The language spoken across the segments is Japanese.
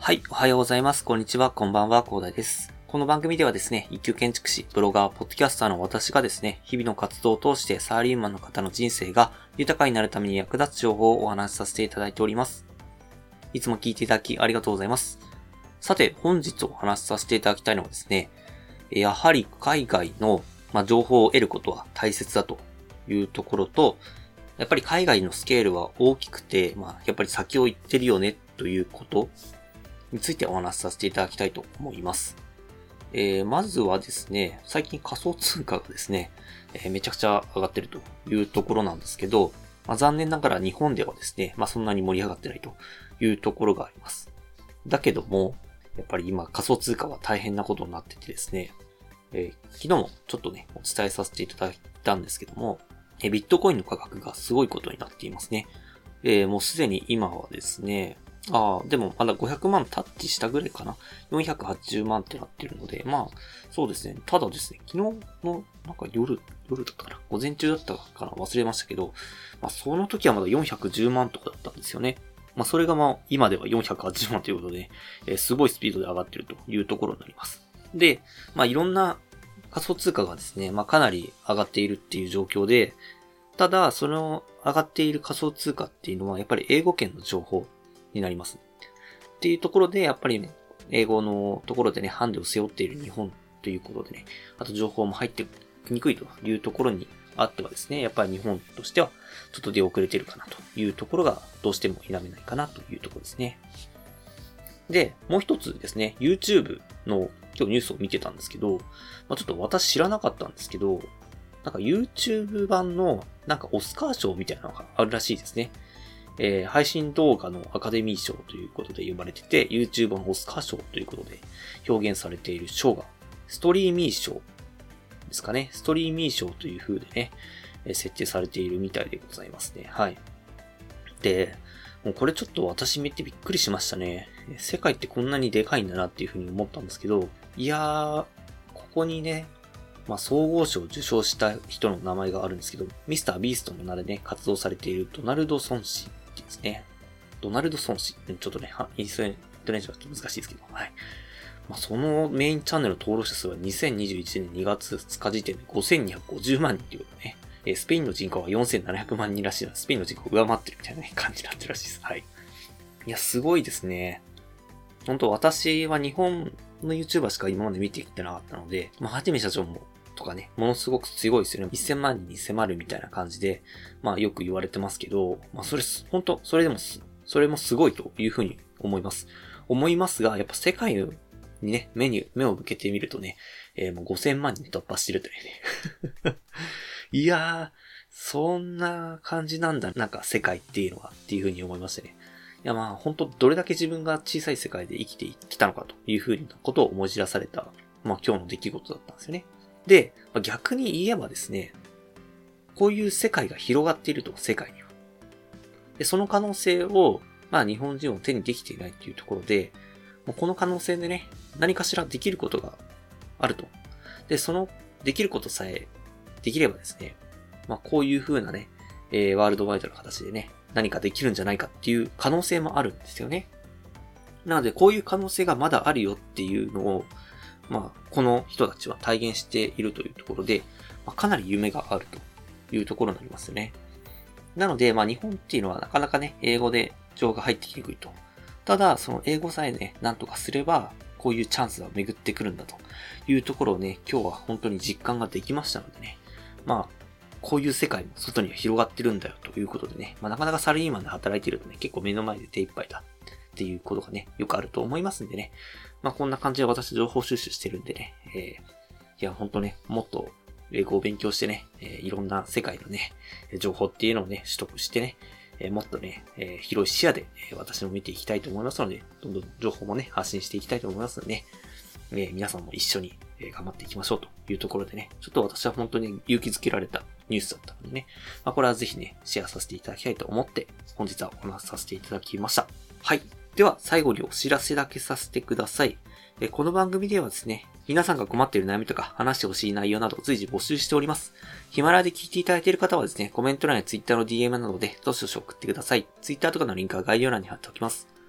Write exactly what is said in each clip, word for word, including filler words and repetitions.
はい、おはようございます。こんにちは、こんばんは、広大です。この番組ではですね、一級建築士、ブロガー、ポッドキャスターの私がですね、日々の活動を通してサラリーマンの方の人生が豊かになるために役立つ情報をお話しさせていただいております。いつも聞いていただきありがとうございます。さて、本日お話しさせていただきたいのはですね、やはり海外の、まあ、情報を得ることは大切だというところと、やっぱり海外のスケールは大きくて、まあ、やっぱり先を行ってるよねということについてお話しさせていただきたいと思います。えー、まずはですね、最近仮想通貨がですね、えー、めちゃくちゃ上がってるというところなんですけど、まあ、残念ながら日本ではですね、まあそんなに盛り上がってないというところがあります。だけども、やっぱり今仮想通貨は大変なことになっててですね、えー、昨日もちょっとね、お伝えさせていただいたんですけども、えー、ビットコインの価格がすごいことになっていますね。えー、もうすでに今はですね、ああ、でもまだごひゃくまんタッチしたぐらいかな。よんひゃくはちじゅうまんってなってるので、まあ、そうですね。ただですね、昨日の、なんか夜、夜だったかな。午前中だったかな。忘れましたけど、まあ、その時はまだよんひゃくじゅうまんとかだったんですよね。まあ、それがまあ、今ではよんひゃくはちじゅうまんということで、えー、すごいスピードで上がってるというところになります。で、まあ、いろんな仮想通貨がですね、まあ、かなり上がっているっていう状況で、ただ、その上がっている仮想通貨っていうのは、やっぱり英語圏の情報になります。っていうところで、やっぱりね、英語のところでね、ハンデを背負っている日本ということでね、あと情報も入ってきにくいというところにあってはですね、やっぱり日本としてはちょっと出遅れてるかなというところがどうしても否めないかなというところですね。で、もう一つですね、YouTube の今日ニュースを見てたんですけど、まあ、ちょっと私知らなかったんですけど、なんか YouTube 版のなんかオスカー賞みたいなのがあるらしいですね。えー、配信動画のアカデミー賞ということで呼ばれてて、YouTube のオスカー賞ということで表現されている賞が、ストリーミー賞ですかね。ストリーミー賞という風でね、設定されているみたいでございますね。はい。で、もうこれちょっと私見てびっくりしましたね。世界ってこんなにでかいんだなっていう風に思ったんですけど、いやー、ここにね、まあ、総合賞を受賞した人の名前があるんですけど、ミスタービーストの名でね、活動されているドナルド・ソン氏ですね。ドナルド・ソン氏。ちょっとね、インストネーションはちょっと難しいですけど、はい。まあ、そのメインチャンネルの登録者数はにせんにじゅういちねんにがつふつか時点でごせんにひゃくごじゅうまん人っていうことね。えー、スペインの人口はよんせんななひゃくまん人らしいので、スペインの人口を上回ってるみたいな、ね、感じになってるらしいです。はい。いや、すごいですね。本当私は日本の YouTuber しか今まで見てきてなかったので、まあ、はじめ社長も、とかね、ものすごく強いですよね。せんまん人に迫るみたいな感じで、まあよく言われてますけど、まあそれ、本当それでもそれもすごいというふうに思います。思いますが、やっぱ世界にね、目に、目を向けてみるとね、えー、もうごせんまん人突破してるというね。いやー、そんな感じなんだ。なんか世界っていうのはっていうふうに思いましてね。いやまあ本当どれだけ自分が小さい世界で生きてきたのかというふうなことを思い知らされた、まあ今日の出来事だったんですよね。で、逆に言えばですね、こういう世界が広がっていると、世界には。で、その可能性を、まあ日本人は手にできていないというところで、もうこの可能性でね、何かしらできることがあると。で、そのできることさえできればですね、まあこういう風なね、えー、ワールドワイドな形でね、何かできるんじゃないかっていう可能性もあるんですよね。なので、こういう可能性がまだあるよっていうのを、まあ、この人たちは体現しているというところで、まあ、かなり夢があるというところになりますよね。なので、まあ、日本っていうのはなかなかね、英語で情報が入ってきにくいと。ただ、その英語さえね、なんとかすれば、こういうチャンスが巡ってくるんだというところをね、今日は本当に実感ができましたのでね。まあ、こういう世界も外には広がってるんだよということでね、まあ、なかなかサラリーマンで働いているとね、結構目の前で手一杯だっていうことがね、よくあると思いますんでね。まあこんな感じで私情報収集してるんでね、えー、いや本当ね、もっと英語を勉強してね、えー、いろんな世界のね、情報っていうのをね、取得してね、えー、もっとね、えー、広い視野で、えー、私も見ていきたいと思いますので、どんどん情報もね、発信していきたいと思いますのでね、えー、皆さんも一緒に、えー、頑張っていきましょうというところでね、ちょっと私は本当に勇気づけられたニュースだったのでね、まあこれはぜひね、シェアさせていただきたいと思って、本日はお話しさせていただきました。はい。では、最後にお知らせだけさせてください。この番組ではですね、皆さんが困っている悩みとか話してほしい内容など随時募集しております。ヒマラヤで聞いていただいている方はですね、コメント欄や Twitter の ディーエム などでどしどし送ってください。Twitter とかのリンクは概要欄に貼っておきます。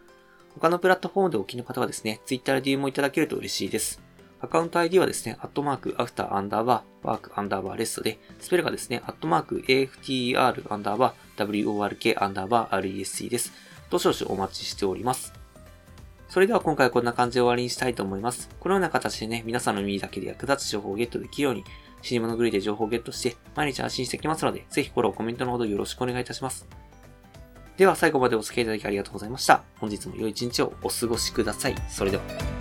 他のプラットフォームでお聞きの方はですね、Twitter で ディーエム をいただけると嬉しいです。アカウント アイディー はですね、アットマーク、アフターアンダーバー、ワークアンダーバーレストで、スペルがですね、アットマーク、エーエフティーアール アンダーバー、ダブリューオーアールケー アンダーバー、アールイーエスシー です。どしどしお待ちしております。それでは今回はこんな感じで終わりにしたいと思います。このような形でね、皆さんの耳だけで役立つ情報をゲットできるように、死に物狂いで情報をゲットして、毎日発信していきますので、ぜひフォロー、コメントのほどよろしくお願いいたします。では最後までお付き合いいただきありがとうございました。本日も良い一日をお過ごしください。それでは。